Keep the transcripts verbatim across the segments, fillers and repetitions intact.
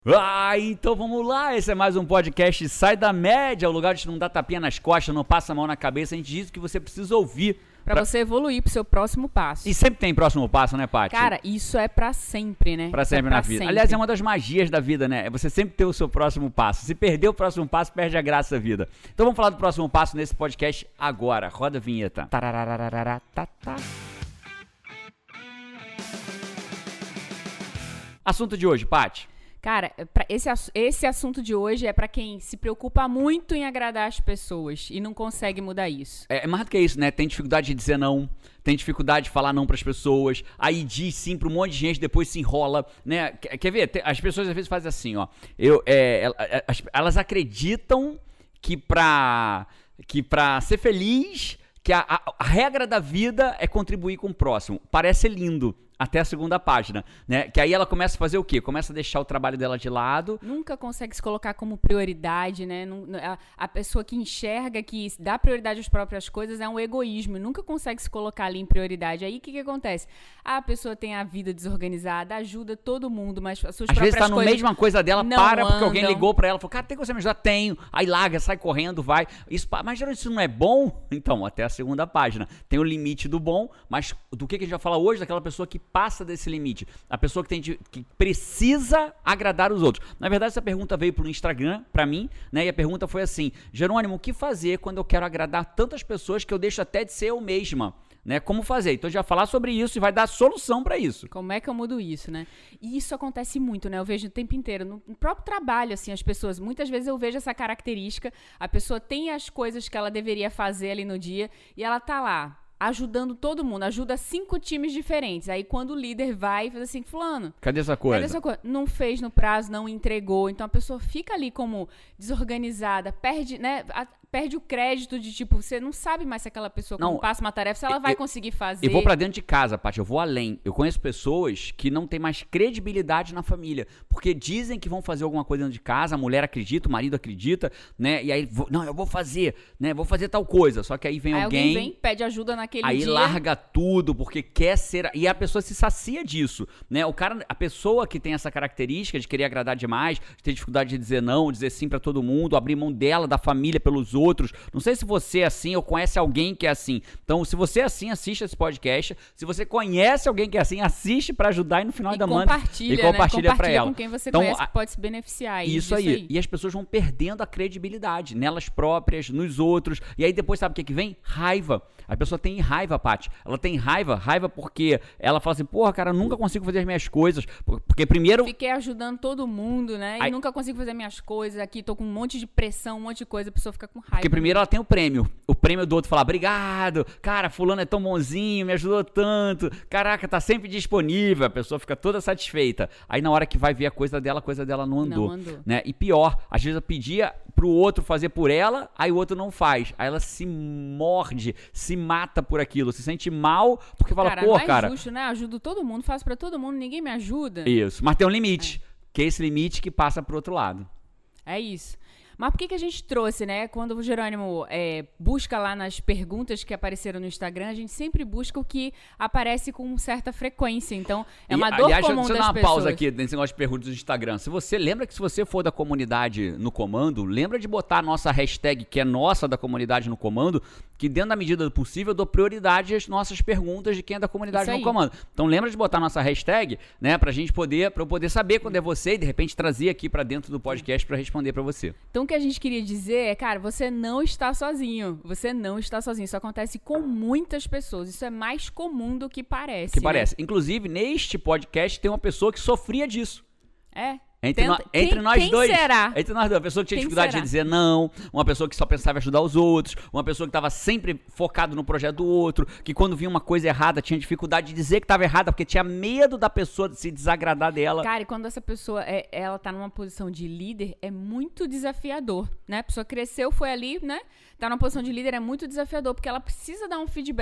Ah, então vamos lá, esse é mais um podcast Sai da Média, o lugar de não dar tapinha nas costas, não passa a mão na cabeça, a gente diz o que você precisa ouvir. Pra, pra você evoluir pro seu próximo passo. E sempre tem próximo passo, né, Paty? Cara, isso é pra sempre, né? Pra sempre é pra na vida. sempre. Aliás, é uma das magias da vida, né? É você sempre ter o seu próximo passo. Se perder o próximo passo, perde a graça da vida. Então vamos falar do próximo passo nesse podcast agora. Roda a vinheta. Tarararararatatá. Assunto de hoje, Paty. Cara, pra esse, esse assunto de hoje é pra quem se preocupa muito em agradar as pessoas e não consegue mudar isso. É, é mais do que isso, né? Tem dificuldade de dizer não, tem dificuldade de falar não pras pessoas, aí diz sim pra um monte de gente, depois se enrola, né? Quer, quer ver? Tem, as pessoas às vezes fazem assim, ó. Eu, é, elas, elas acreditam que pra, que pra ser feliz, que a, a, a regra da vida é contribuir com o próximo. Parece lindo. Até a segunda página, né? Que aí ela começa a fazer o quê? Começa a deixar o trabalho dela de lado. Nunca consegue se colocar como prioridade, né? A, a pessoa que enxerga, que dá prioridade às próprias coisas é um egoísmo. Nunca consegue se colocar ali em prioridade. Aí o que, que acontece? A pessoa tem a vida desorganizada, ajuda todo mundo, mas as suas Às próprias vezes tá no coisas mesma coisa dela, não para porque andam. alguém ligou pra ela, falou, cara, tem que você me ajudar? Tenho. Aí larga, sai correndo, vai. Isso, mas geralmente isso não é bom? Então, até a segunda página. Tem o limite do bom, mas do que, que a gente vai falar hoje? Daquela pessoa que passa desse limite. A pessoa que, tem de, que precisa agradar os outros. Na verdade, essa pergunta veio pro Instagram, pra mim, né? E a pergunta foi assim, Jerônimo, o que fazer quando eu quero agradar tantas pessoas que eu deixo até de ser eu mesma? Né? Como fazer? Então, a gente vai falar sobre isso e vai dar solução pra isso. Como é que eu mudo isso, né? E isso acontece muito, né? Eu vejo o tempo inteiro. No próprio trabalho, assim, as pessoas... Muitas vezes eu vejo essa característica. A pessoa tem as coisas que ela deveria fazer ali no dia e ela tá lá, ajudando todo mundo, ajuda cinco times diferentes. Aí quando o líder vai e faz assim, fulano, cadê essa coisa? Cadê essa coisa? Não fez no prazo, não entregou. Então a pessoa fica ali como desorganizada, perde, né? A, perde o crédito de tipo, você não sabe mais se aquela pessoa não, quando passa uma tarefa, se ela eu, vai conseguir fazer. Eu vou pra dentro de casa, Paty, eu vou além. Eu conheço pessoas que não têm mais credibilidade na família, porque dizem que vão fazer alguma coisa dentro de casa, a mulher acredita, o marido acredita, né? E aí, vou, não, eu vou fazer, né? Vou fazer tal coisa. Só que aí vem aí alguém... alguém vem, pede ajuda naquele aí dia. Aí larga tudo, porque quer ser... E a pessoa se sacia disso, né? O cara, a pessoa que tem essa característica de querer agradar demais, de ter dificuldade de dizer não, dizer sim pra todo mundo, abrir mão dela, da família pelos outros. Não sei se você é assim ou conhece alguém que é assim. Então, se você é assim, assiste esse podcast. Se você conhece alguém que é assim, assiste pra ajudar e no final e da manda compartilha, e compartilha, né? compartilha pra ela. com quem você então, conhece que pode se beneficiar. Isso aí. aí. E as pessoas vão perdendo a credibilidade nelas próprias, nos outros. E aí depois sabe o que que vem? Raiva. A pessoa tem raiva, Paty. Ela tem raiva, raiva porque ela fala assim, porra, cara, eu nunca consigo fazer as minhas coisas. Porque primeiro... Fiquei ajudando todo mundo, né? E aí... nunca consigo fazer minhas coisas aqui, tô com um monte de pressão, um monte de coisa, a pessoa fica com raiva. Porque primeiro ela tem o prêmio. O prêmio do outro falar, obrigado, cara, fulano é tão bonzinho, me ajudou tanto, caraca, tá sempre disponível, a pessoa fica toda satisfeita. Aí na hora que vai ver a coisa dela, a coisa dela não andou. Não andou. Né? E pior, às vezes eu pedia pro outro fazer por ela, aí o outro não faz. Aí ela se morde, se mata por aquilo, se sente mal, porque fala, cara, pô, mais cara... justo, né? Ajudo todo mundo, faço pra todo mundo, ninguém me ajuda. Isso, mas tem um limite, é. que é esse limite que passa pro outro lado. É isso. Mas por que que a gente trouxe, né? Quando o Jerônimo é, busca lá nas perguntas que apareceram no Instagram, a gente sempre busca o que aparece com certa frequência. Então, é uma e, dor aliás, comum das pessoas. Deixa eu dar uma pausa aqui nesse negócio de perguntas do Instagram. Se você lembra que se você for da comunidade no comando, lembra de botar a nossa hashtag, que é nossa da comunidade no comando, que dentro da medida do possível eu dou prioridade às nossas perguntas de quem é da comunidade no comando. Então, lembra de botar a nossa hashtag, né? Pra gente poder, pra eu poder saber quando é você e de repente trazer aqui pra dentro do podcast pra responder pra você. Então, o que a gente queria dizer é, cara, você não está sozinho. Você não está sozinho. Isso acontece com muitas pessoas. Isso é mais comum do que parece. Que né? parece. Inclusive, neste podcast tem uma pessoa que sofria disso. É. Entre, Tenta, no, entre quem, nós quem dois. Será? Entre nós dois. Uma pessoa que tinha Quem dificuldade será? de dizer não, uma pessoa que só pensava em ajudar os outros, uma pessoa que estava sempre focado no projeto do outro, que quando vinha uma coisa errada tinha dificuldade de dizer que estava errada porque tinha medo da pessoa se desagradar dela. Cara, e quando essa pessoa é, ela tá numa posição de líder, é muito desafiador, né? A pessoa cresceu, foi ali, né? Tá numa posição de líder, é muito desafiador, porque ela precisa dar um feedback.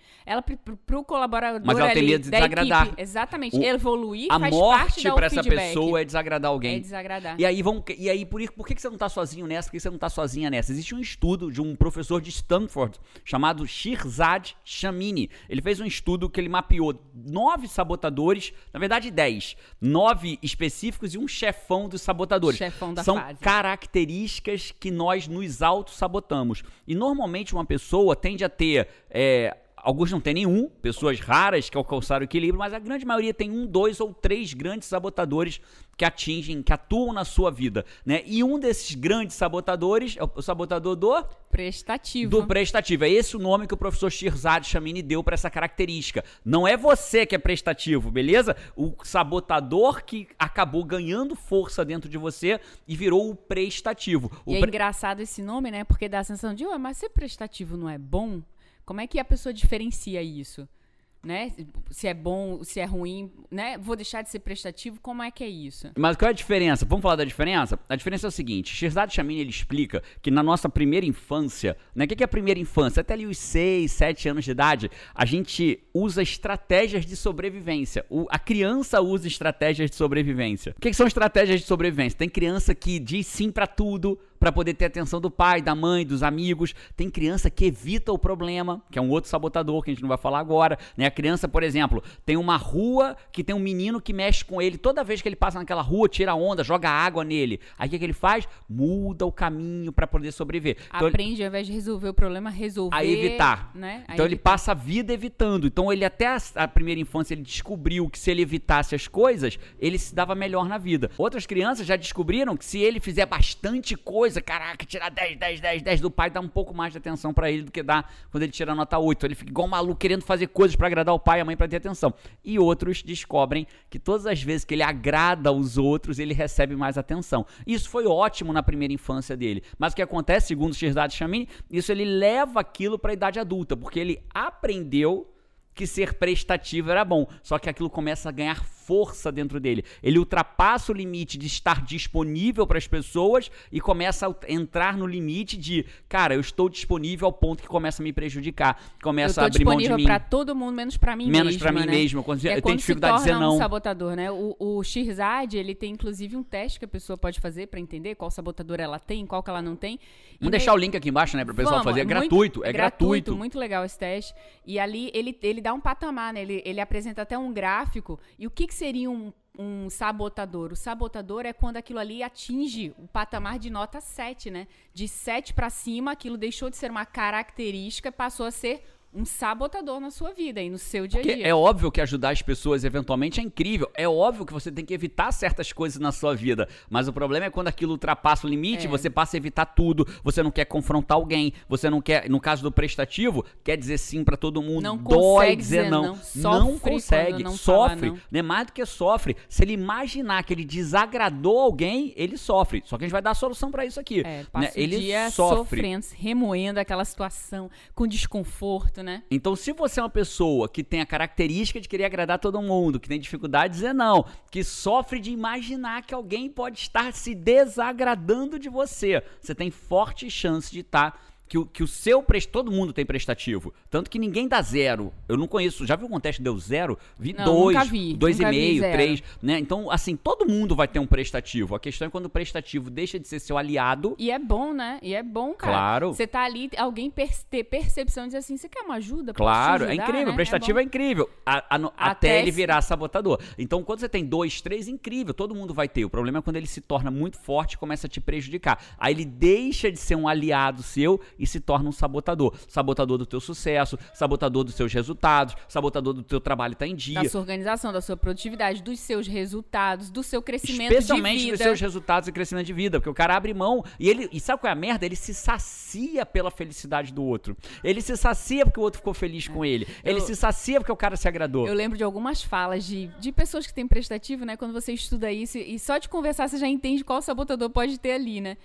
Ela, pro, pro colaborador Mas ela ali, teria de da desagradar. equipe, exatamente, O, evoluir a faz morte parte da pra essa feedback. pessoa é desagradar alguém. É desagradar. E aí, vamos, e aí por, por que que você não tá sozinho nessa? Por que você não tá sozinha nessa? Existe um estudo de um professor de Stanford chamado Shirzad Chamine. Ele fez um estudo que ele mapeou nove sabotadores, na verdade dez. Nove específicos e um chefão dos sabotadores. Chefão da São fase. características que nós nos auto-sabotamos. E normalmente uma pessoa tende a ter... É, alguns não têm nenhum, pessoas raras que alcançaram o equilíbrio, mas a grande maioria tem um, dois ou três grandes sabotadores que atingem, que atuam na sua vida, né? E um desses grandes sabotadores é o sabotador do... Prestativo. Do prestativo. É esse o nome que o professor Shirzad Chamine deu para essa característica. Não é você que é prestativo, beleza? O sabotador que acabou ganhando força dentro de você e virou o prestativo. O e pre... é engraçado esse nome, né? Porque dá a sensação de, ué, mas ser prestativo não é bom? Como é que a pessoa diferencia isso? Né? Se é bom, se é ruim, né? Vou deixar de ser prestativo, como é que é isso? Mas qual é a diferença? Vamos falar da diferença? A diferença é o seguinte, Shirzad Chamine, ele explica que na nossa primeira infância, né? O que é a primeira infância? Até ali os seis, sete anos de idade, a gente usa estratégias de sobrevivência. O, a criança usa estratégias de sobrevivência. O que, que são estratégias de sobrevivência? Tem criança que diz sim pra tudo, para poder ter a atenção do pai, da mãe, dos amigos. Tem criança que evita o problema, que é um outro sabotador que a gente não vai falar agora, né? A criança, por exemplo, tem uma rua que tem um menino que mexe com ele. Toda vez que ele passa naquela rua, tira onda, joga água nele. Aí o que, que ele faz? Muda o caminho para poder sobreviver. Então, aprende, ele... ao invés de resolver o problema, resolver... A evitar. Né? A então evitar. Ele passa a vida evitando. Então ele até a, a primeira infância, ele descobriu que se ele evitasse as coisas, ele se dava melhor na vida. Outras crianças já descobriram que se ele fizer bastante coisa, caraca, tirar dez, dez, dez, dez do pai, dá um pouco mais de atenção pra ele do que dá quando ele tira a nota oito. Ele fica igual um maluco querendo fazer coisas pra agradar o pai e a mãe pra ter atenção. E outros descobrem que todas as vezes que ele agrada os outros, ele recebe mais atenção. Isso foi ótimo na primeira infância dele. Mas o que acontece, segundo Shirzad Chamine, isso ele leva aquilo pra idade adulta, porque ele aprendeu que ser prestativo era bom, só que aquilo começa a ganhar força dentro dele. Ele ultrapassa o limite de estar disponível para as pessoas e começa a entrar no limite de, cara, eu estou disponível ao ponto que começa a me prejudicar, começa a abrir mão de mim. Eu estou disponível para todo mundo, menos para mim menos mesmo, para mim né? mesmo. Quando é eu quando tenho dificuldade de dizer não. Um sabotador, né? O, o Shirzad, ele tem inclusive um teste que a pessoa pode fazer para entender qual sabotador ela tem, qual que ela não tem. Vamos deixar o link aqui embaixo, né, para o pessoal fazer. É muito, gratuito, é gratuito. gratuito. Muito legal esse teste. E ali ele, ele dá um patamar, né? Ele, ele apresenta até um gráfico. E o que, que seria um um sabotador? O sabotador é quando aquilo ali atinge o patamar de nota sete, né? De sete para cima, aquilo deixou de ser uma característica, passou a ser um sabotador na sua vida e no seu dia a dia. Porque é óbvio que ajudar as pessoas eventualmente é incrível. É óbvio que você tem que evitar certas coisas na sua vida. Mas o problema é quando aquilo ultrapassa o limite, é. você passa a evitar tudo. Você não quer confrontar alguém. Você não quer, no caso do prestativo, quer dizer sim pra todo mundo. Não dói dizer, dizer não. não. Não consegue. Não sofre. Não. Né? Mais do que sofre. Se ele imaginar que ele desagradou alguém, ele sofre. Só que a gente vai dar a solução pra isso aqui. É, passa né? o ele dia sofre. sofrendo, remoendo aquela situação com desconforto, né? Então, se você é uma pessoa que tem a característica de querer agradar todo mundo, que tem dificuldade de dizer não, que sofre de imaginar que alguém pode estar se desagradando de você, você tem forte chance de estar... Que o, que o seu prestativo, todo mundo tem prestativo, tanto que ninguém dá zero. Eu não conheço, já viu algum teste que deu zero? Vi não, dois, nunca vi, dois nunca e meio, vi três, né? Então, assim, todo mundo vai ter um prestativo. A questão é quando o prestativo deixa de ser seu aliado. E é bom, né? E é bom, cara. Claro. Você tá ali, alguém per ter percepção e dizer assim, você quer uma ajuda? Posso Claro, te ajudar, é incrível, né? o prestativo é, é incrível. A, a, até, até ele virar sabotador. Então, quando você tem dois, três, incrível, todo mundo vai ter. O problema é quando ele se torna muito forte e começa a te prejudicar. Aí ele deixa de ser um aliado seu e se torna um sabotador. Sabotador. Sabotador do teu sucesso, sabotador dos seus resultados, sabotador do teu trabalho estar em dia. Da sua organização, da sua produtividade, dos seus resultados, do seu crescimento Especialmente de vida. dos seus resultados e crescimento de vida, porque o cara abre mão e ele, e sabe qual é a merda? Ele se sacia pela felicidade do outro. Ele se sacia porque o outro ficou feliz é. com ele. Ele eu, se sacia porque o cara se agradou. Eu lembro de algumas falas de, de pessoas que têm prestativo, né? Quando você estuda isso e só de conversar você já entende qual sabotador pode ter ali, né?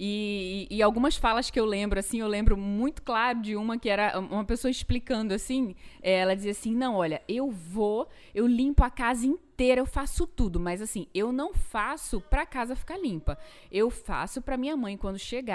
E, e, e algumas falas que eu lembro, assim, eu lembro muito claro de uma que era uma pessoa explicando, assim, ela dizia assim, não, olha, eu vou, eu limpo a casa inteira, eu faço tudo, mas assim, eu não faço pra casa ficar limpa, eu faço pra minha mãe, quando chegar,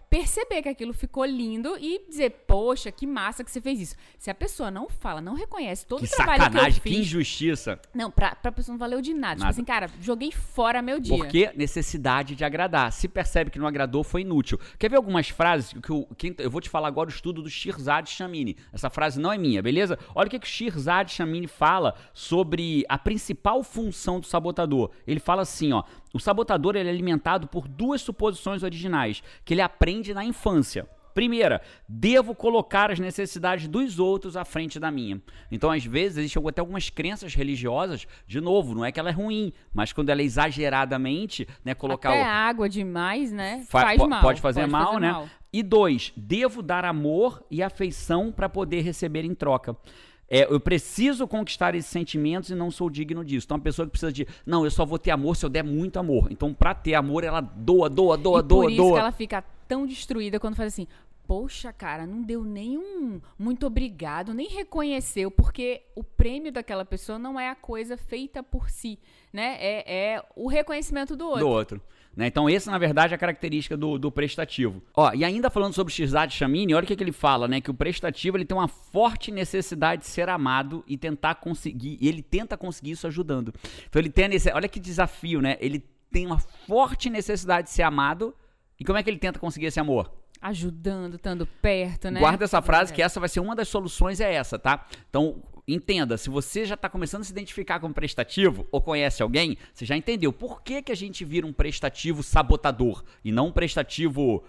perceber que aquilo ficou lindo e dizer, poxa, que massa que você fez isso. Se a pessoa não fala, não reconhece todo Que o trabalho sacanagem, que eu fiz... que injustiça. Não, pra, pra pessoa não valeu de nada. Nada. Tipo assim, cara, joguei fora meu dia. Porque necessidade de agradar. Se percebe que não agradou, foi inútil. Quer ver algumas frases que eu, que eu vou te falar agora do estudo do Shirzad Chamini. Essa frase não é minha, beleza? Olha o que, que o Shirzad Chamini fala sobre a principal função do sabotador. Ele fala assim, ó, o sabotador ele é alimentado por duas suposições originais, que ele aprende na infância. Primeira, devo colocar as necessidades dos outros à frente da minha. Então, às vezes, existem até algumas crenças religiosas, de novo, não é que ela é ruim, mas quando ela é exageradamente, né, colocar... Até o... água demais, né, Fa faz mal. Pode fazer, pode mal, fazer né? mal. E dois, devo dar amor e afeição para poder receber em troca. É, eu preciso conquistar esses sentimentos e não sou digno disso. Então, a pessoa que precisa de... Não, eu só vou ter amor se eu der muito amor. Então, para ter amor, ela doa, doa, doa, e doa, por isso doa. que ela fica tão destruída quando faz assim... Poxa, cara, não deu nenhum muito obrigado, nem reconheceu, porque o prêmio daquela pessoa não é a coisa feita por si, né? É, é o reconhecimento do outro. Do outro. Né? Então, essa, na verdade, é a característica do, do prestativo. Ó, e ainda falando sobre o Shirzad Chamini, olha o que, que ele fala, né? Que o prestativo ele tem uma forte necessidade de ser amado e tentar conseguir, e ele tenta conseguir isso ajudando. Então, ele tem a necessidade, olha que desafio, né? Ele tem uma forte necessidade de ser amado, e como é que ele tenta conseguir esse amor? Ajudando, estando perto, né? Guarda essa frase, que essa vai ser uma das soluções, é essa, tá? Então, entenda, se você já está começando a se identificar como prestativo ou conhece alguém, você já entendeu por que, que a gente vira um prestativo sabotador e não um prestativo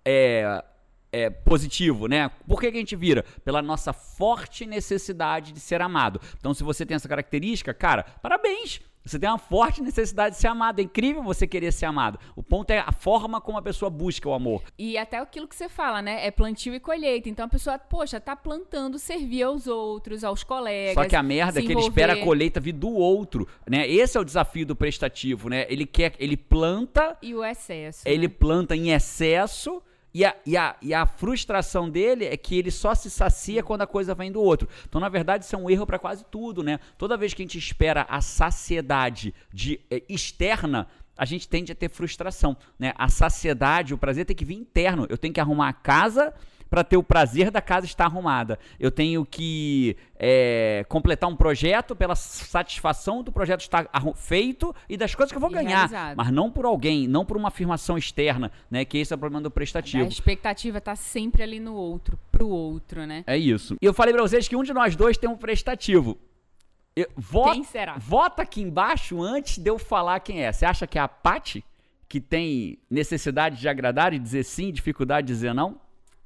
é, é, positivo, né? Por que, que a gente vira? Pela nossa forte necessidade de ser amado. Então, se você tem essa característica, cara, parabéns! Você tem uma forte necessidade de ser amado. É incrível você querer ser amado. O ponto é a forma como a pessoa busca o amor. E até aquilo que você fala, né? É plantio e colheita. Então a pessoa, poxa, tá plantando servir aos outros, aos colegas. Só que a merda é que ele espera a colheita vir do outro, né? Esse é o desafio do prestativo, né? Ele quer, ele planta... E o excesso. Ele né? planta em excesso... E a, e, a, e a frustração dele é que ele só se sacia quando a coisa vem do outro. Então, na verdade, isso é um erro para quase tudo, né? Toda vez que a gente espera a saciedade de, é, externa, a gente tende a ter frustração, né? A saciedade, o prazer tem que vir interno. Eu tenho que arrumar a casa para ter o prazer da casa estar arrumada. Eu tenho que é, completar um projeto pela satisfação do projeto estar feito e das coisas que eu vou e ganhar. Realizado. Mas não por alguém, não por uma afirmação externa, né? Que esse é o problema do prestativo. A expectativa tá sempre ali no outro, pro outro, né? É isso. E eu falei pra vocês que um de nós dois tem um prestativo. Eu, vota, quem será? Vota aqui embaixo antes de eu falar quem é. Você acha que é a Paty, que tem necessidade de agradar e dizer sim, dificuldade de dizer não?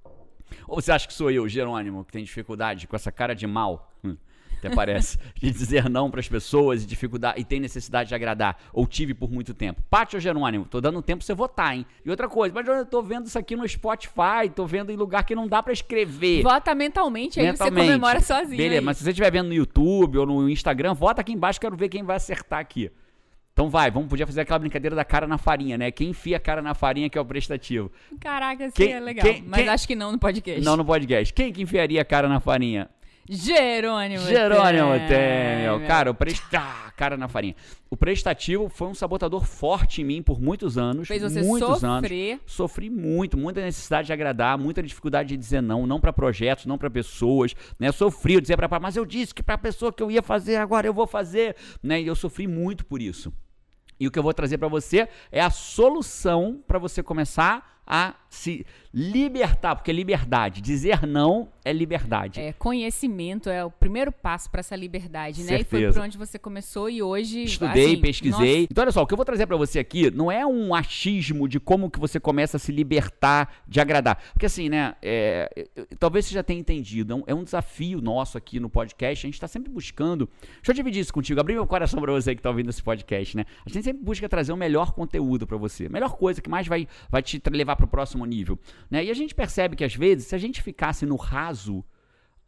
Ou você acha que sou eu, Jerônimo, que tem dificuldade com essa cara de mal, hum, até parece, de dizer não para as pessoas e dificuldade e tem necessidade de agradar, ou tive por muito tempo? Paty ou Jerônimo? Tô dando tempo pra você votar, hein? E outra coisa, mas eu tô vendo isso aqui no Spotify, tô vendo em lugar que não dá pra escrever. Vota mentalmente, aí mentalmente. Você comemora sozinho. Beleza, aí. mas se você estiver vendo no YouTube ou no Instagram, vota aqui embaixo, quero ver quem vai acertar aqui. Então vai, vamos podia fazer aquela brincadeira da cara na farinha, né? Quem enfia a cara na farinha que é o prestativo. Caraca, isso quem, é legal. Quem, mas quem, acho que não no podcast. Não no podcast. Quem que enfiaria a cara na farinha? Jerônimo Jerônimo Temer. Temer. Cara, o prest... ah, cara na farinha. O prestativo foi um sabotador forte em mim por muitos anos. Fez você muitos sofrer. anos. Sofri muito, muita necessidade de agradar, muita dificuldade de dizer não, não para projetos, não para pessoas, né? Sofri, eu dizia para mas eu disse que para a pessoa que eu ia fazer, agora eu vou fazer, né? E eu sofri muito por isso. E o que eu vou trazer para você é a solução para você começar a se libertar, porque é liberdade. Dizer não é liberdade. É, conhecimento é o primeiro passo para essa liberdade, né? Certeza. E foi por onde você começou e hoje... Estudei, assim, pesquisei. Nossa... Então, olha só, o que eu vou trazer pra você aqui não é um achismo de como que você começa a se libertar de agradar. Porque assim, né, é, talvez você já tenha entendido, é um, é um desafio nosso aqui no podcast, a gente tá sempre buscando... Deixa eu dividir isso contigo, abrir meu coração pra você que tá ouvindo esse podcast, né? A gente sempre busca trazer o melhor conteúdo pra você, a melhor coisa que mais vai, vai te levar pro próximo nível, né? E a gente percebe que às vezes, se a gente ficasse no raso,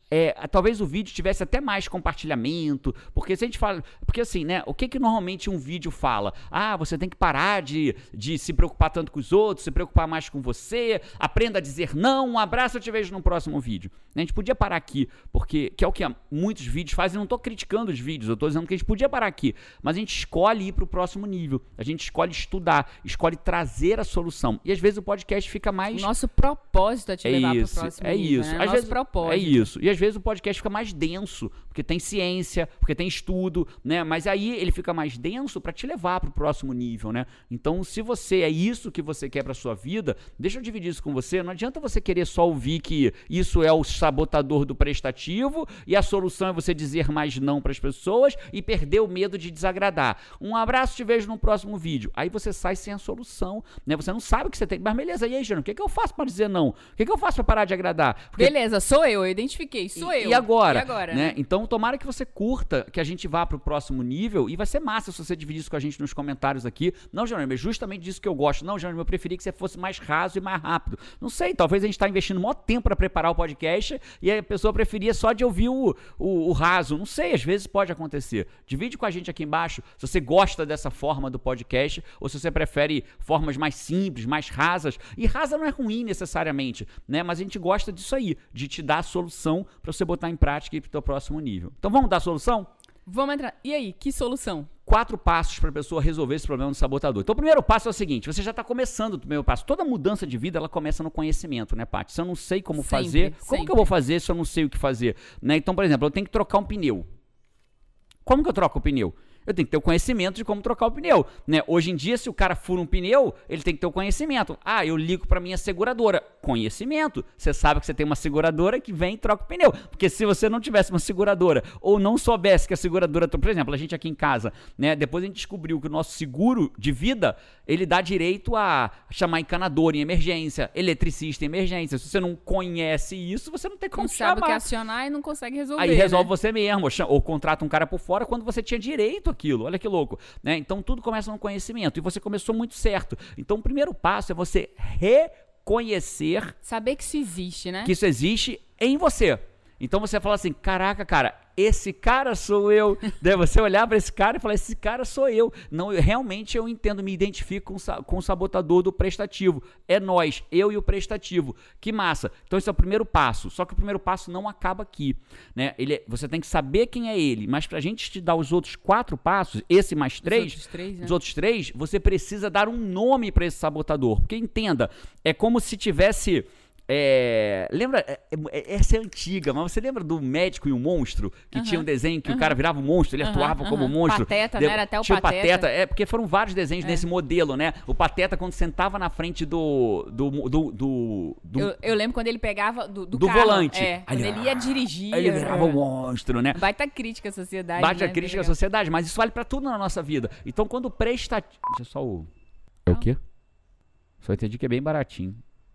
É, talvez o vídeo tivesse até mais compartilhamento, porque se a gente fala, porque assim, né, o que que normalmente um vídeo fala? Ah, você tem que parar de, de se preocupar tanto com os outros, se preocupar mais com você, aprenda a dizer não, um abraço, eu te vejo no próximo vídeo. A gente podia parar aqui, porque, que é o que muitos vídeos fazem, eu não tô criticando os vídeos, eu tô dizendo que a gente podia parar aqui, mas a gente escolhe ir pro próximo nível, a gente escolhe estudar, escolhe trazer a solução, e às vezes o podcast fica mais... O nosso propósito é te é levar isso, pro próximo é nível, isso. né? Às Nosso vezes, propósito. é isso, e às vezes o podcast fica mais denso, porque tem ciência, porque tem estudo, né? Mas aí ele fica mais denso para te levar para o próximo nível, né? Então, se você é isso que você quer para sua vida, deixa eu dividir isso com você. Não adianta você querer só ouvir que isso é o sabotador do prestativo e a solução é você dizer mais não para as pessoas e perder o medo de desagradar. Um abraço, te vejo no próximo vídeo. Aí você sai sem a solução, né? Você não sabe o que você tem. Mas beleza, e aí, Jânio, o que, que eu faço para dizer não? O que, que eu faço para parar de agradar? Porque... Beleza, sou eu, eu identifiquei, sou e, eu. E agora? E agora, né? né? Então, tomara que você curta, que a gente vá pro próximo nível, e vai ser massa se você dividir isso com a gente nos comentários aqui. Não, Jerônimo, é justamente disso que eu gosto. Não, Jerônimo, eu preferia que você fosse mais raso e mais rápido. Não sei, talvez a gente tá investindo maior tempo para preparar o podcast e a pessoa preferia só de ouvir o, o, o raso. Não sei, às vezes pode acontecer. Divide com a gente aqui embaixo se você gosta dessa forma do podcast ou se você prefere formas mais simples, mais rasas. E rasa não é ruim necessariamente, né? Mas a gente gosta disso aí, de te dar a solução para você botar em prática e ir pro teu próximo nível. Então vamos dar a solução? Vamos entrar. E aí, que solução? Quatro passos para a pessoa resolver esse problema do sabotador. Então o primeiro passo é o seguinte, você já está começando o primeiro passo. Toda mudança de vida, ela começa no conhecimento, né, Paty? Se eu não sei como Sempre, fazer, como sempre. que eu vou fazer se eu não sei o que fazer? Né? Então, por exemplo, eu tenho que trocar um pneu. Como que eu troco o pneu? Eu tenho que ter o conhecimento de como trocar o pneu, né? Hoje em dia, se o cara fura um pneu, ele tem que ter o conhecimento. Ah, eu ligo para minha seguradora. Conhecimento. Você sabe que você tem uma seguradora que vem e troca o pneu. Porque se você não tivesse uma seguradora ou não soubesse que a seguradora... Por exemplo, a gente aqui em casa, né? Depois a gente descobriu que o nosso seguro de vida, ele dá direito a chamar encanador em emergência, eletricista em emergência. Se você não conhece isso, você não tem como Não chamar. sabe o que acionar e não consegue resolver, Aí resolve né? você mesmo, ou, chama, ou contrata um cara por fora quando você tinha direito àquilo. Olha que louco, né? Então tudo começa no conhecimento e você começou muito certo. Então o primeiro passo é você reconhecer Saber que isso existe, né? que isso existe em você. Então você fala assim, caraca, cara, esse cara sou eu. Daí você olhar para esse cara e falar, esse cara sou eu. Não, eu, realmente eu entendo, me identifico com, com o sabotador do prestativo. É nós, eu e o prestativo. Que massa. Então esse é o primeiro passo. Só que o primeiro passo não acaba aqui, né? Ele é, você tem que saber quem é ele. Mas pra gente te dar os outros quatro passos, esse mais três, Os outros três, né? os outros três, você precisa dar um nome para esse sabotador. Porque entenda, é como se tivesse... É, lembra, é, é, essa é antiga, mas você lembra do Médico e o Monstro? Que Uhum. tinha um desenho que Uhum. o cara virava um monstro, ele Uhum, atuava uhum. como monstro. Pateta, De- né? Era até o tinha Pateta. É, porque foram vários desenhos É. nesse modelo, né? O Pateta, quando sentava na frente do... do, do, do, do- Eu, eu lembro quando ele pegava do, do, do carro, volante. É, Aí quando ele ia dirigir. Aí ele virava um monstro, né? Baita crítica à sociedade. Bate a né? crítica Bem à legal. sociedade, mas isso vale pra tudo na nossa vida. Então, quando presta... Deixa só o... É o quê? Só entendi que é bem baratinho.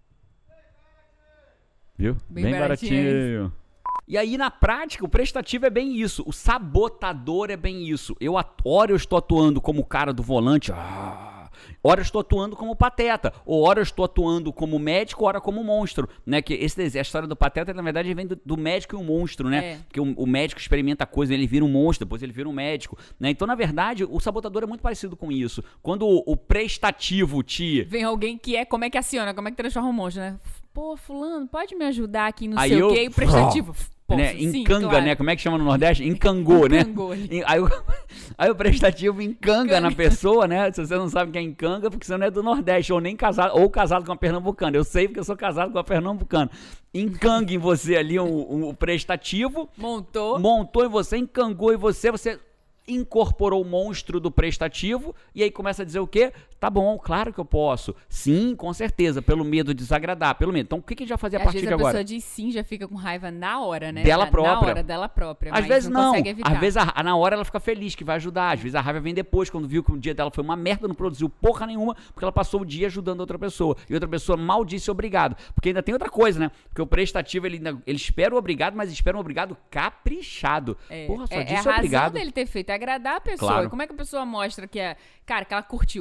Viu? Bem baratinho. E aí, na prática, o prestativo é bem isso. O sabotador é bem isso. Eu, ora eu estou atuando como o cara do volante, ah, ora eu estou atuando como pateta, ou ora eu estou atuando como médico, ora como monstro, né? Que esse desenho, a história do pateta, na verdade, vem do, do médico e o monstro, né? É. Porque o, o médico experimenta coisa, ele vira um monstro, depois ele vira um médico, né? Então, na verdade, o sabotador é muito parecido com isso. Quando o, o prestativo te... Vem alguém que é, como é que aciona, como é que transforma um monstro, né? Pô, fulano, pode me ajudar aqui no Aí sei eu- o quê? E o prestativo, posso, né, sim, encanga, claro. né? Como é que chama no Nordeste? Encangou, né? Encangou ali. En- Aí, o, aí o prestativo encanga Encanga. na pessoa, né? Se você não sabe quem é encanga, porque você não é do Nordeste, ou nem casado, ou casado com uma pernambucana. Eu sei porque eu sou casado com uma pernambucana. Encanga em você ali o um, um prestativo, Montou. montou em você, encangou em você, você incorporou o monstro do prestativo, e aí começa a dizer o quê? Tá bom, claro que eu posso. Sim, com certeza, pelo medo de desagradar, pelo medo. Então, o que que a gente vai fazer a Às partir vezes de a agora? pessoa diz sim, já fica com raiva na hora, né? Dela na, própria. Na hora, dela própria. Às mas vezes não. não, consegue evitar. às vezes a, na hora ela fica feliz que vai ajudar, às vezes a raiva vem depois, quando viu que o dia dela foi uma merda, não produziu porra nenhuma, porque ela passou o dia ajudando outra pessoa, e outra pessoa mal disse obrigado, porque ainda tem outra coisa, né, porque o prestativo, ele, ainda- ele espera o obrigado, mas espera um obrigado caprichado, É, porra, só é, é a disse razão obrigado. dele ter feito, é agradar a pessoa. Claro. E como é que a pessoa mostra que é, cara, que ela curtiu? Falando,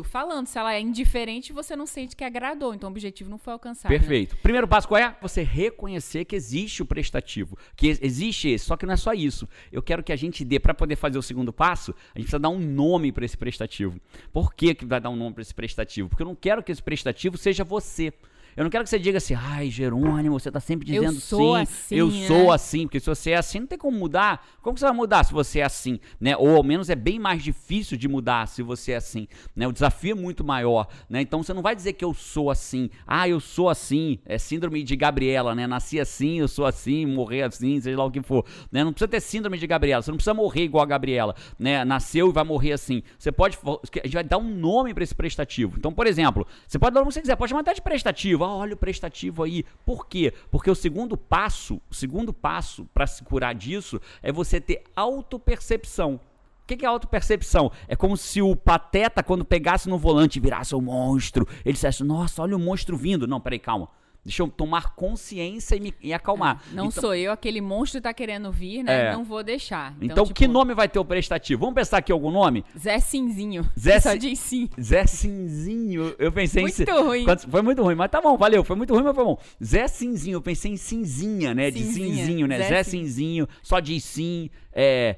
se ela é indiferente, você não sente que agradou. Então o objetivo não foi alcançado. Perfeito. Né? Primeiro passo qual é? Você reconhecer que existe o prestativo, que existe esse, só que não é só isso. Eu quero que a gente dê, para poder fazer o segundo passo, a gente precisa dar um nome para esse prestativo. Por que que vai dar um nome para esse prestativo? Porque eu não quero que esse prestativo seja você. Eu não quero que você diga assim, ai, Jerônimo, você tá sempre dizendo eu sou sim, assim, eu né? sou assim, porque se você é assim, não tem como mudar. Como que você vai mudar se você é assim, né? Ou ao menos é bem mais difícil de mudar se você é assim, né? O desafio é muito maior, né? Então você não vai dizer que eu sou assim, ah, eu sou assim, é síndrome de Gabriela, né? Nasci assim, eu sou assim, morrer assim, seja lá o que for, né? Não precisa ter síndrome de Gabriela, você não precisa morrer igual a Gabriela, né? Nasceu e vai morrer assim. Você pode, a gente vai dar um nome para esse prestativo. Então, por exemplo, você pode dar o nome que você quiser, pode chamar até de prestativo. Ah, olha o prestativo aí. Por quê? Porque o segundo passo, o segundo passo para se curar disso é você ter autopercepção. O que é autopercepção? É como se o Pateta, quando pegasse no volante e virasse um monstro, ele dissesse, nossa, olha o monstro vindo. Não, peraí, calma. Deixa eu tomar consciência e me e acalmar. Não então, sou eu, aquele monstro tá querendo vir, né? É. Não vou deixar. Então, Então, tipo, que nome vai ter o prestativo? Vamos pensar aqui algum nome? Zé Cinzinho. Zé Só Cin- diz sim. Zé Cinzinho. Eu pensei Muito em... ruim. Quantos- Foi muito ruim, mas tá bom, valeu. Foi muito ruim, mas foi bom. Zé Cinzinho. Eu pensei em cinzinha, né? De Cinzinha. cinzinho, né? Zé Zé Cin- Cinzinho. Só diz sim. É...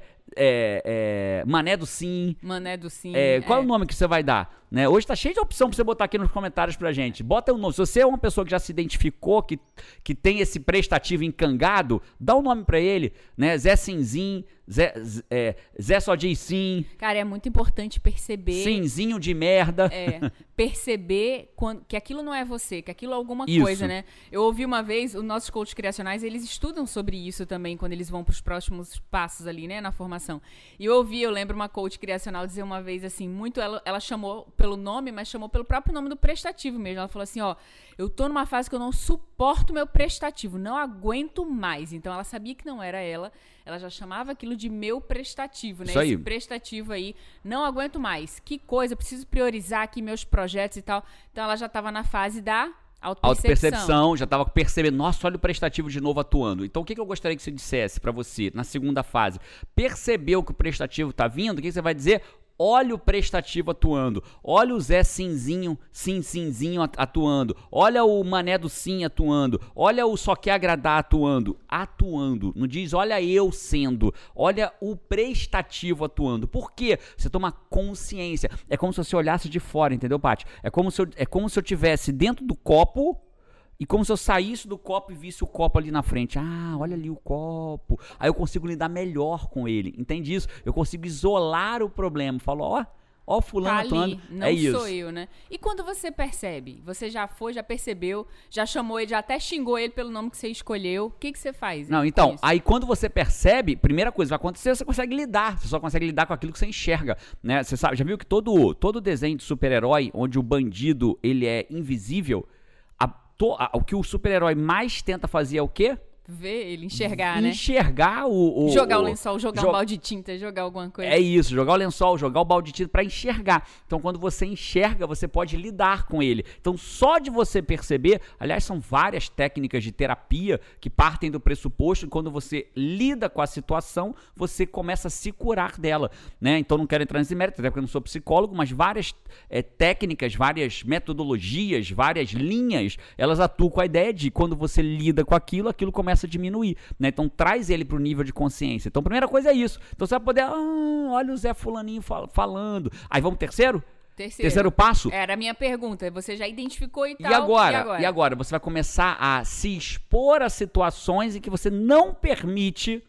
É, é, Mané do Sim. Mané do sim. É, qual é o nome que você vai dar? Né? Hoje tá cheio de opção pra você botar aqui nos comentários pra gente. Bota o nome. Se você é uma pessoa que já se identificou, que, que tem esse prestativo encangado, dá o um nome pra ele, né? Zé Cinzinho, Zé, é, Zé só diz sim. Cara, é muito importante perceber. Simzinho de merda. É, perceber quando, que aquilo não é você, que aquilo é alguma Isso. coisa, né? Eu ouvi uma vez, os nossos coaches criacionais, eles estudam sobre isso também, quando eles vão pros próximos passos ali, né, na formação. E eu ouvi, eu lembro uma coach criacional dizer uma vez assim, muito, ela, ela chamou pelo nome, mas chamou pelo próprio nome do prestativo mesmo. Ela falou assim, ó, eu tô numa fase que eu não suporto meu prestativo, não aguento mais. Então ela sabia que não era ela, ela já chamava aquilo de meu prestativo, né? Isso aí. Esse prestativo aí, não aguento mais. Que coisa, eu preciso priorizar aqui meus projetos e tal. Então ela já estava na fase da autopercepção. Autopercepção, já estava percebendo, nossa, olha o prestativo de novo atuando. Então o que, que eu gostaria que você dissesse pra você na segunda fase? Percebeu que o prestativo tá vindo, o que, que você vai dizer? Olha o prestativo atuando, olha o Zé Cinzinho, sim, simzinho atuando, olha o Mané do Sim atuando, olha o Só Quer Agradar atuando, atuando, não diz olha eu sendo, olha o prestativo atuando. Por quê? Você toma consciência, é como se você olhasse de fora, entendeu, Paty? É como se eu, é como se eu tivesse dentro do copo e como se eu saísse do copo e visse o copo ali na frente. Ah, olha ali o copo. Aí eu consigo lidar melhor com ele. Entende isso? Eu consigo isolar o problema. Falo, ó, ó fulano Tá atuando. ali, não é isso. sou eu, né? E quando você percebe? Você já foi, já percebeu, já chamou ele, já até xingou ele pelo nome que você escolheu. O que, que você faz? Não, com então, isso? aí quando você percebe, primeira coisa que vai acontecer, você consegue lidar. Você só consegue lidar com aquilo que você enxerga, né? Você sabe, já viu que todo, todo desenho de super-herói, onde o bandido, ele é invisível, a, to, a, o que o super-herói mais tenta fazer é o quê? Ver ele, enxergar, né? Enxergar o... o Jogar o o- lençol, jogar jo- um balde de tinta, jogar alguma coisa. É isso, jogar o lençol, jogar o balde de tinta para enxergar. Então, quando você enxerga, você pode lidar com ele. Então, só de você perceber, aliás, são várias técnicas de terapia que partem do pressuposto que quando você lida com a situação, você começa a se curar dela, né? Então, não quero entrar nesse mérito, até porque eu não sou psicólogo, mas várias é, técnicas, várias metodologias, várias linhas, elas atuam com a ideia de quando você lida com aquilo, aquilo começa a diminuir, né? Então traz ele para o nível de consciência. Então a primeira coisa é isso. Então você vai poder, ah, olha o Zé Fulaninho fal- falando. Aí vamos pro terceiro? Terceiro. Terceiro passo? Era a minha pergunta. Você já identificou e tal. E agora? E agora? E agora? Você vai começar a se expor a situações em que você não permite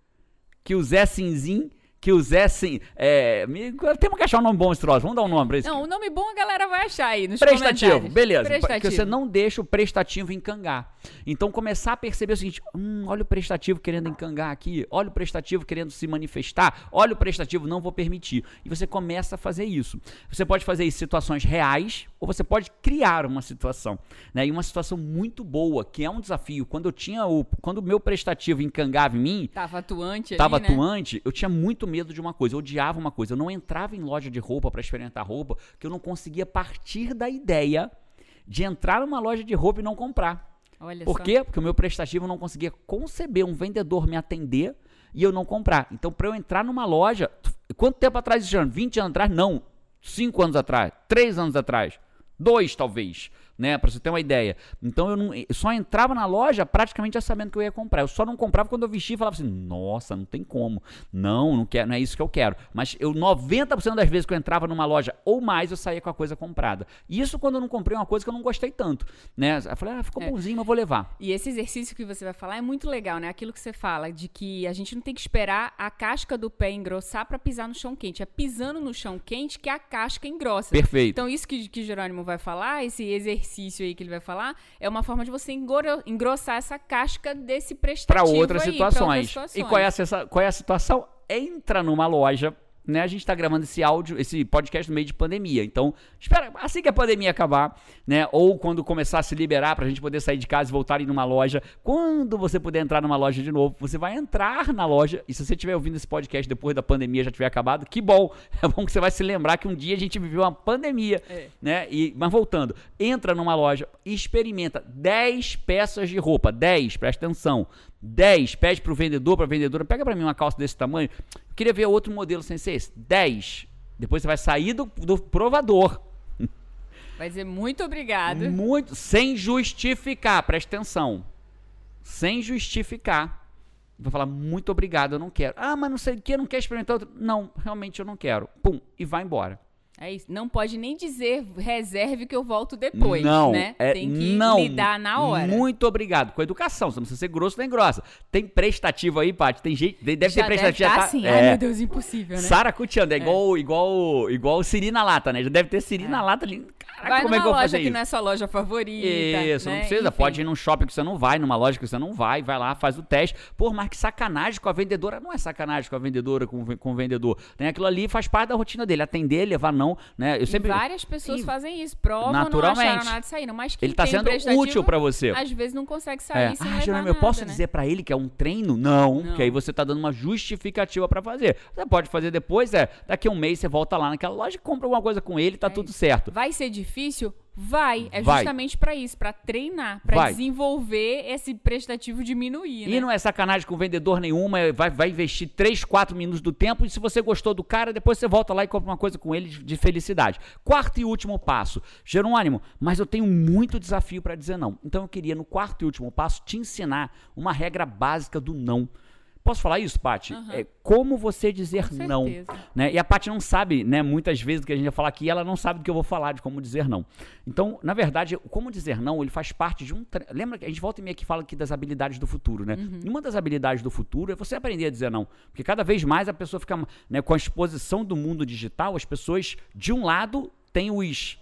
que o Zé Cinzinho, que o Zé Sim... É, me- temos que achar um nome bom, esse troço. Vamos dar um nome pra isso. Não, o nome bom a galera vai achar aí nos Prestativo, comentários. beleza. Prestativo. Porque você não deixa o prestativo encangar. Então começar a perceber o seguinte, hum, olha o prestativo querendo encangar aqui, olha o prestativo querendo se manifestar, olha o prestativo, não vou permitir. E você começa a fazer isso. Você pode fazer isso em situações reais ou você pode criar uma situação, né? E uma situação muito boa, que é um desafio. Quando eu tinha o, quando o meu prestativo encangava em mim, Tava atuante ali, Tava né? atuante, eu tinha muito medo de uma coisa, eu odiava uma coisa, eu não entrava em loja de roupa para experimentar roupa, que eu não conseguia partir da ideia de entrar numa loja de roupa e não comprar. Olha Por só. quê? Porque o meu prestativo não conseguia conceber um vendedor me atender e eu não comprar. Então, para eu entrar numa loja, quanto tempo atrás, Jean? vinte anos atrás? Não. cinco anos atrás, três anos atrás, dois talvez, né, pra você ter uma ideia. Então eu, não, eu só entrava na loja praticamente já sabendo que eu ia comprar. Eu só não comprava quando eu vestia e falava assim, nossa, não tem como. Não, não, quero, não é isso que eu quero. Mas eu, noventa por cento das vezes que eu entrava numa loja ou mais, eu saía com a coisa comprada. Isso quando eu não comprei uma coisa que eu não gostei tanto, né. Eu falei, ah, ficou É. bonzinho, mas vou levar. E esse exercício que você vai falar é muito legal, né? Aquilo que você fala, de que a gente não tem que esperar a casca do pé engrossar pra pisar no chão quente. É pisando no chão quente que a casca engrossa. Perfeito. Então, isso que, que Jerônimo vai falar, esse exercício aí que ele vai falar, é uma forma de você engoro- engrossar essa casca desse Para prestativo outras, aí, pra situações. outras situações. E qual é, a, qual é a situação? Entra numa loja, né? A gente está gravando esse áudio, esse podcast no meio de pandemia. Então, espera, assim que a pandemia acabar, né? Ou quando começar a se liberar para a gente poder sair de casa e voltar em numa loja. Quando você puder entrar numa loja de novo, você vai entrar na loja. E se você estiver ouvindo esse podcast depois da pandemia já tiver acabado, que bom! É bom que você vai se lembrar que um dia a gente viveu uma pandemia, É. né? E, mas voltando, entra numa loja e experimenta dez peças de roupa. dez, presta atenção. dez, pede pro vendedor, pra vendedora, pega pra mim uma calça desse tamanho. Eu queria ver outro modelo sem ser esse. dez. Depois você vai sair do, do provador. Vai dizer muito obrigado. Muito, sem justificar, presta atenção. Sem justificar. Vai falar, muito obrigado, eu não quero. Ah, mas não sei o que, não quer experimentar outro. Não, realmente eu não quero. Pum, e vai embora. É isso. Não pode nem dizer reserve que eu volto depois, não, né? é, Tem que não, lidar na hora. Muito obrigado. Com educação, você não precisa ser grosso nem grossa. Tem prestativo aí, Paty? Tem gente, deve Já ter prestativo. deve tá já tá, assim, é, ai meu Deus, impossível, né? Saracuteando, é igual, igual, igual Siri na lata, né? Já deve ter Siri na lata ali. Caraca, Vai como é numa que eu vou loja fazer que isso? não é sua loja favorita. Isso, né? não precisa. Enfim. Pode ir num shopping que você não vai, numa loja que você não vai, vai lá, faz o teste. Pô, mas que sacanagem com a vendedora. Não é sacanagem com a vendedora, com, o- com o vendedor. Né? Aquilo ali faz parte da rotina dele. Atender, levar não. Né? Eu sempre. E várias pessoas E- fazem isso. Provam, Naturalmente. não acharam nada de sair. Mas quem Ele tá tem sendo prestativo, útil pra você. às vezes não consegue sair É. sem Ah, levar Jerônimo, nada, eu posso né? dizer pra ele que é um treino? Não, Não. que aí você tá dando uma justificativa pra fazer. Você pode fazer depois, é, daqui a um mês você volta lá naquela loja e compra alguma coisa com ele, tá tudo certo. Vai ser difícil? Vai. É Vai. justamente pra isso, pra treinar, pra Vai. desenvolver esse prestativo diminuir, né? E não é sacanagem com vendedor nenhuma, é, vai, vai investir três, quatro minutos do tempo e se você gostou do cara, depois você volta lá e compra uma coisa com ele de, de felicidade. Quarto e último passo. Jerônimo, mas eu tenho muito desafio para dizer não. Então eu queria, no quarto e último passo, te ensinar uma regra básica do não. Posso falar isso, Paty? Uhum. É como você dizer Com não. certeza. Né? E a Paty não sabe, né, muitas vezes do que a gente vai falar aqui, ela não sabe do que eu vou falar, de como dizer não. Então, na verdade, o como dizer não, ele faz parte de um... tre- Lembra que a gente volta e meia aqui fala aqui das habilidades do futuro, né? Uhum. E uma das habilidades do futuro é você aprender a dizer não. Porque cada vez mais a pessoa fica, né, com a exposição do mundo digital, as pessoas, de um lado, têm os...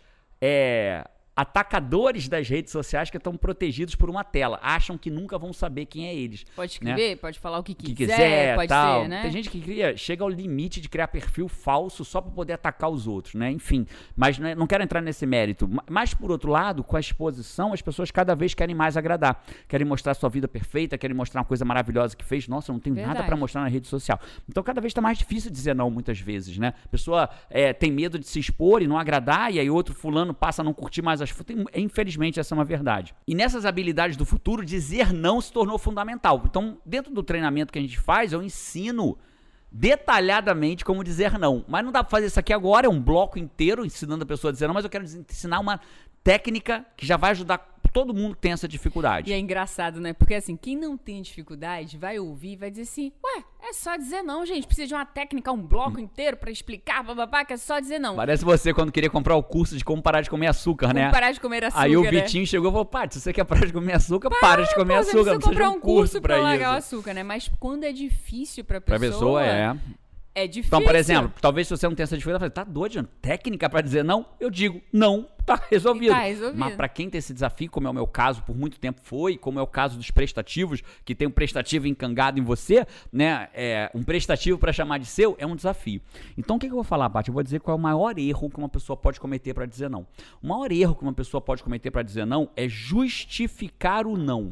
é, atacadores das redes sociais que estão protegidos por uma tela. Acham que nunca vão saber quem é eles. Pode né? escrever, pode falar o que que quiser, quiser, pode tal. ser, né? Tem gente que cria, chega ao limite de criar perfil falso só para poder atacar os outros, né? Enfim, mas né, não quero entrar nesse mérito. Ma- Mas, por outro lado, com a exposição, as pessoas cada vez querem mais agradar. Querem mostrar sua vida perfeita, querem mostrar uma coisa maravilhosa que fez. Nossa, eu não tenho nada Verdade. para mostrar na rede social. Então, cada vez está mais difícil dizer não, muitas vezes, né? A pessoa é, tem medo de se expor e não agradar, e aí outro fulano passa a não curtir mais as fotos. Infelizmente, essa é uma verdade. E nessas habilidades do futuro, dizer não se tornou fundamental. Então, dentro do treinamento que a gente faz, eu ensino detalhadamente como dizer não. Mas não dá pra fazer isso aqui agora, é um bloco inteiro ensinando a pessoa a dizer não, mas eu quero ensinar uma técnica que já vai ajudar todo mundo que tem essa dificuldade. E é engraçado, né? Porque assim, quem não tem dificuldade vai ouvir e vai dizer assim, ué, é só dizer não, gente. Precisa de uma técnica, um bloco inteiro pra explicar, bababá, que é só dizer não. Parece você quando queria comprar o curso de como parar de comer açúcar, Como né? parar de comer açúcar, Aí o né? Vitinho chegou e falou, Paty, se você quer parar de comer açúcar, para de comer Pô, você açúcar. precisa Não precisa de comprar um um curso pra pra largar o isso. açúcar, né? Mas quando é difícil pra Pra pessoa... pessoa, é... É difícil. Então, por exemplo, talvez se você não tenha essa dificuldade, você fala, tá doido, Jano? Técnica pra dizer não? Eu digo, não, tá resolvido. Tá resolvido. Mas pra quem tem esse desafio, como é o meu caso, por muito tempo foi, como é o caso dos prestativos, que tem um prestativo encangado em você, né? É, um prestativo pra chamar de seu, é um desafio. Então, o que, que eu vou falar, Paty? Eu vou dizer qual é o maior erro que uma pessoa pode cometer pra dizer não. O maior erro que uma pessoa pode cometer pra dizer não é justificar o não.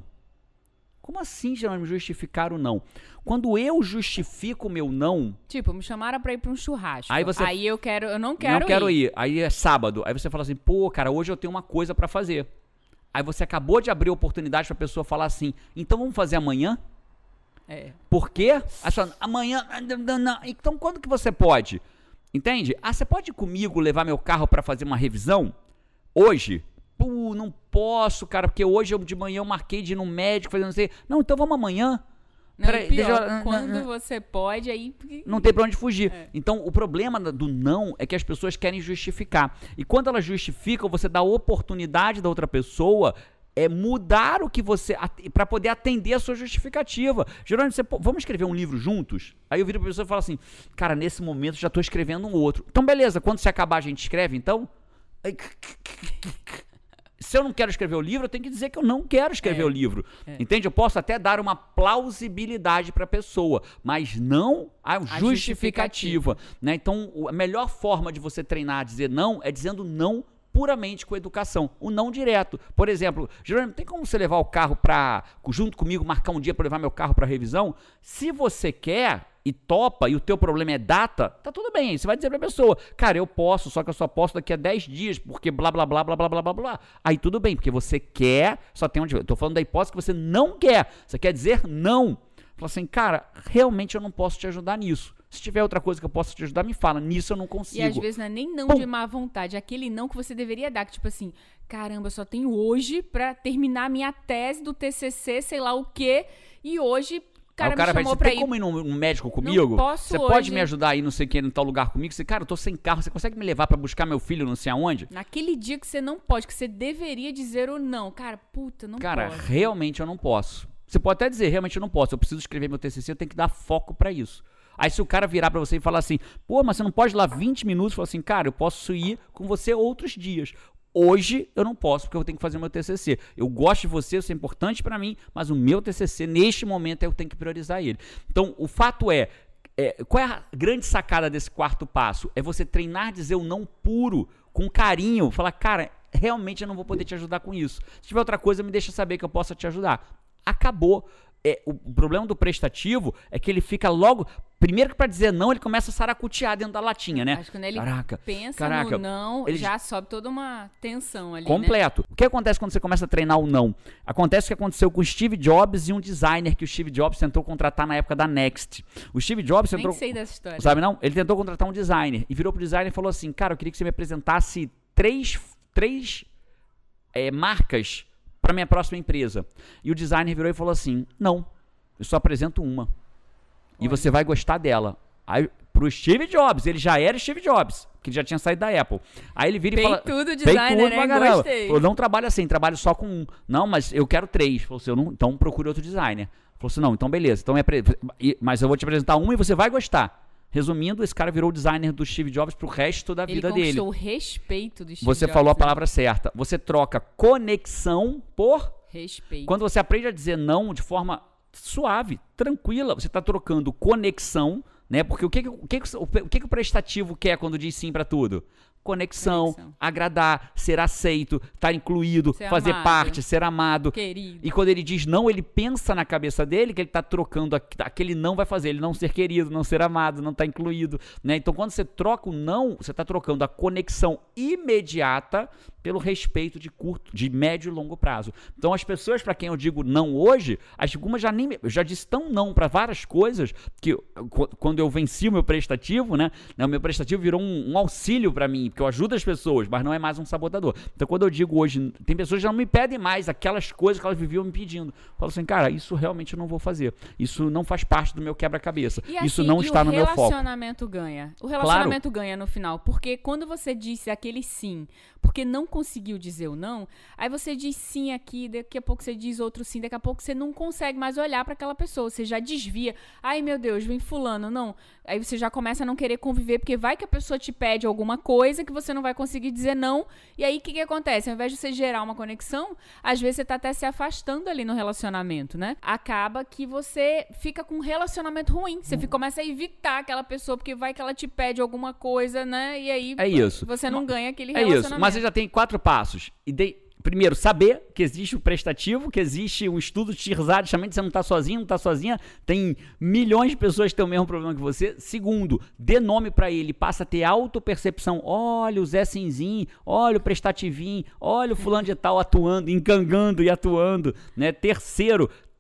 Como assim, Jerônimo, justificar o não? Quando eu justifico o meu não, Tipo, me chamaram pra ir pra um churrasco. Aí você- Aí eu quero, eu não quero não quero ir. Aí é sábado. Aí você fala assim, pô, cara, hoje eu tenho uma coisa pra fazer. Aí você acabou de abrir a oportunidade pra pessoa falar assim, então vamos fazer amanhã? É. Por quê? Aí você fala, amanhã... não, não, não. Então quando que você pode? Entende? Ah, você pode ir comigo levar meu carro para fazer uma revisão? Hoje? Pô, não posso, cara, porque hoje eu, de manhã eu marquei de ir no médico, fazer não sei. Não, então vamos amanhã. Não, Peraí, pior, deixa eu- quando não, não. você pode, aí... Não tem pra onde fugir. É. Então, o problema do não é que as pessoas querem justificar. E quando elas justificam, você dá a oportunidade da outra pessoa é mudar o que você... para poder atender a sua justificativa. Jerônimo, você, pô, vamos escrever um livro juntos? Aí eu viro pra pessoa e falo assim, cara, nesse momento já tô escrevendo um outro. Então, beleza, quando você acabar a gente escreve, então... Se eu não quero escrever o livro, eu tenho que dizer que eu não quero escrever É, o livro. é. Entende? Eu posso até dar uma plausibilidade para a pessoa, mas não a, A justificativa. Né? Então, o- a melhor forma de você treinar a dizer não é dizendo não puramente com educação. O não direto. Por exemplo, Jerônimo, tem como você levar o carro para, junto comigo, marcar um dia para levar meu carro para revisão? Se você quer... e topa, e o teu problema é data, tá tudo bem. Você vai dizer pra pessoa, cara, eu posso, só que eu só posso daqui a dez dias, porque blá, blá, blá, blá, blá, blá, blá, blá. Aí tudo bem, porque você quer, só tem onde... Eu tô falando da hipótese que você não quer. Você quer dizer não. Fala assim, cara, realmente eu não posso te ajudar nisso. Se tiver outra coisa que eu possa te ajudar, me fala. Nisso eu não consigo. E às vezes não é nem não Pum. de má vontade, é aquele não que você deveria dar, que tipo assim, caramba, eu só tenho hoje pra terminar minha tese do T C C, sei lá o quê, e hoje... O cara, Aí o cara me vai chamou dizer, pra tem ir. como ir num, num médico comigo? posso Você pode hoje. me ajudar aí, não sei o que, em tal lugar comigo? Você, cara, eu tô sem carro, você consegue me levar pra buscar meu filho não sei aonde? Naquele dia que você não pode, que você deveria dizer o não. Cara, puta, não Cara, pode. realmente eu não posso. Você pode até dizer, realmente eu não posso, eu preciso escrever meu T C C, eu tenho que dar foco pra isso. Aí se o cara virar pra você e falar assim, pô, mas você não pode ir lá vinte minutos, falar assim, cara, eu posso ir com você outros dias. Hoje eu não posso, porque eu tenho que fazer o meu T C C. Eu gosto de você, isso é importante pra mim, mas o meu T C C, neste momento, eu tenho que priorizar ele. Então, o fato é, é, qual é a grande sacada desse quarto passo? É você treinar dizer o não puro, com carinho, falar, cara, realmente eu não vou poder te ajudar com isso. Se tiver outra coisa, me deixa saber que eu possa te ajudar. Acabou. É, o problema do prestativo é que ele fica logo... Primeiro que pra dizer não, ele começa a saracutear dentro da latinha, né? Acho que quando ele Caraca, pensa caraca, no não, ele- já sobe toda uma tensão ali, né? Completo. O que acontece quando você começa a treinar o não? Acontece o que aconteceu com o Steve Jobs e um designer que o Steve Jobs tentou contratar na época da Next. O Steve Jobs Nem tentou... sei dessa história. Sabe não? Ele tentou contratar um designer e virou pro designer e falou assim, cara, eu queria que você me apresentasse três, três é, marcas para minha próxima empresa. E o designer virou e falou assim, não, eu só apresento uma. E Olha. você vai gostar dela. Aí, pro Steve Jobs, ele já era Steve Jobs, que ele já tinha saído da Apple. Aí ele vira e fala... Peitudo Tem designer, tudo né? pra caramba. Gostei. Falou, não trabalho assim, trabalho só com um. Não, mas eu quero três. Falou assim, eu não, então procure outro designer. Falou assim, não, então beleza. Então me apre- e- Mas eu vou te apresentar um e você vai gostar. Resumindo, esse cara virou o designer do Steve Jobs pro resto da Ele vida dele. conquistou o respeito do Steve Você Jobs, falou a né? palavra certa. Você troca conexão por... Respeito. Quando você aprende a dizer não de forma suave, tranquila, você está trocando conexão, né? Porque o que, que, o, que, que, o que, que o prestativo quer quando diz sim para tudo? Conexão, Conexão. agradar, ser aceito, estar incluído, Ser fazer amado. parte, ser amado. Querido. E quando ele diz não, ele pensa na cabeça dele que ele está trocando, aqu- aquele não vai fazer ele não ser querido, não ser amado, não estar incluído, né? Então quando você troca o não, você está trocando a conexão imediata pelo respeito de curto, de médio e longo prazo. Então as pessoas para quem eu digo não hoje, algumas já nem, eu já disse tão não para várias coisas que eu- qu- quando eu venci o meu prestativo, né? né, O meu prestativo virou um, um auxílio para mim, porque eu ajudo as pessoas, mas não é mais um sabotador. Então quando eu digo hoje, tem pessoas que já não me pedem mais aquelas coisas que elas viviam me pedindo. Eu falo assim, cara, isso realmente eu não vou fazer. Isso não faz parte do meu quebra-cabeça. E Isso assim, não e está no meu foco. O relacionamento ganha. O relacionamento ganha no final. Porque quando você disse aquele sim, porque não conseguiu dizer o não, aí você diz sim aqui, daqui a pouco você diz outro sim, daqui a pouco você não consegue mais olhar para aquela pessoa. Você já desvia. Ai, meu Deus, vem fulano. Não. Aí você já começa a não querer conviver, porque vai que a pessoa te pede alguma coisa que você não vai conseguir dizer não. E aí o que, que acontece? Ao invés de você gerar uma conexão, às vezes você tá até se afastando ali no relacionamento, né? Acaba que você fica com um relacionamento ruim. Você fica, começa a evitar aquela pessoa, porque vai que ela te pede alguma coisa, né? E aí É isso. você não ganha aquele É relacionamento. isso, mas você já tem quatro passos. E de... Primeiro, saber que existe o prestativo, que existe um estudo tirzado, justamente você não está sozinho, não está sozinha, tem milhões de pessoas que têm o mesmo problema que você. Segundo, dê nome para ele, passa a ter autopercepção. Olha o Zé Cinzinho, olha o prestativinho, olha o fulano de tal atuando, encangando e atuando, né? Terceiro,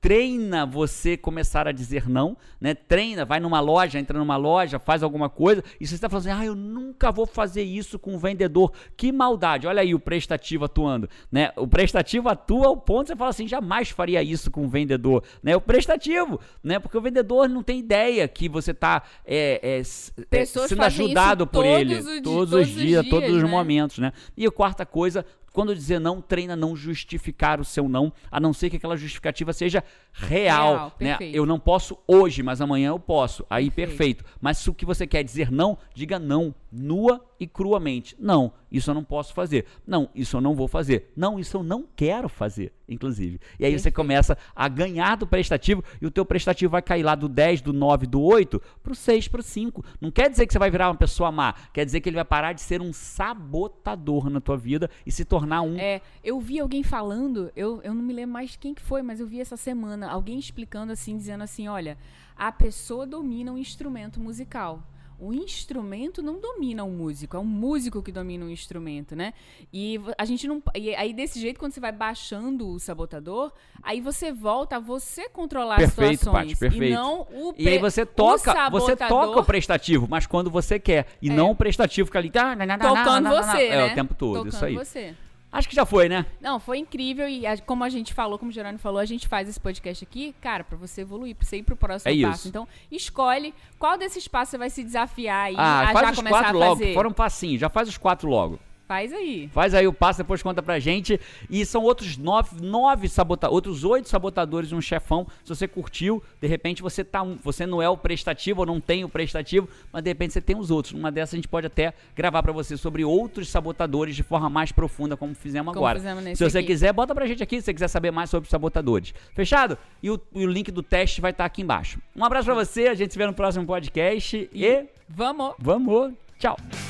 treina você começar a dizer não, né? Treina, vai numa loja, entra numa loja, faz alguma coisa, e você está falando assim, ah, eu nunca vou fazer isso com o vendedor. Que maldade. Olha aí o prestativo atuando, né? O prestativo atua ao ponto de você fala assim, jamais faria isso com o vendedor, né? O prestativo, né? Porque o vendedor não tem ideia que você está é, é, é, sendo ajudado por ele o, todos, todos os dias, dias, todos os né? momentos, né? E a quarta coisa, quando dizer não, treina a não justificar o seu não, a não ser que aquela justificativa seja real, Real, né? perfeito. Eu não posso hoje, mas amanhã eu posso. Aí Perfeito. perfeito. Mas se o que você quer dizer não, diga não, nua e cruamente. Não, isso eu não posso fazer. Não, isso eu não vou fazer. Não, isso eu não quero fazer, inclusive. E aí você Perfeito. começa a ganhar do prestativo e o teu prestativo vai cair lá do dez, do nove, do oito pro seis, pro cinco. Não quer dizer que você vai virar uma pessoa má, quer dizer que ele vai parar de ser um sabotador na tua vida e se tornar um... É, eu vi alguém falando, eu, eu não me lembro mais quem que foi, mas eu vi essa semana, alguém explicando assim, dizendo assim, olha, a pessoa domina um instrumento musical. O instrumento não domina o músico, é o músico que domina o instrumento, né? E a gente não. E aí, desse jeito, quando você vai baixando o sabotador, aí você volta a você controlar Perfeito, as situações. Paty, perfeito. E não o pre... E aí você toca, o você sabotador toca o prestativo, mas quando você quer. E É. não o prestativo fica ali. tá, na, na, na, tocando na, na, na, você, É né? o tempo todo, Tocando isso aí. você. Acho que já foi, né? Não, foi incrível e a- como a gente falou, como o Jerônimo falou, a gente faz esse podcast aqui, cara, pra você evoluir, pra você ir pro próximo É passo. isso. Então, escolhe qual desses passos você vai se desafiar aí Ah, a faz já os começar quatro a logo. fazer. Fora um passinho, já faz os quatro logo. Faz aí. Faz aí o passo, depois conta pra gente. E são outros nove, nove sabotadores, outros oito sabotadores e um chefão. Se você curtiu, de repente você tá um, você não é o prestativo ou não tem o prestativo, mas de repente você tem os outros. Uma dessas a gente pode até gravar pra você sobre outros sabotadores de forma mais profunda, como fizemos Como agora. fizemos nesse Se você aqui. quiser, bota pra gente aqui, se você quiser saber mais sobre sabotadores. Fechado? E o, e o link do teste vai estar aqui embaixo. Um abraço pra você, a gente se vê no próximo podcast e Vamos! vamos! Tchau!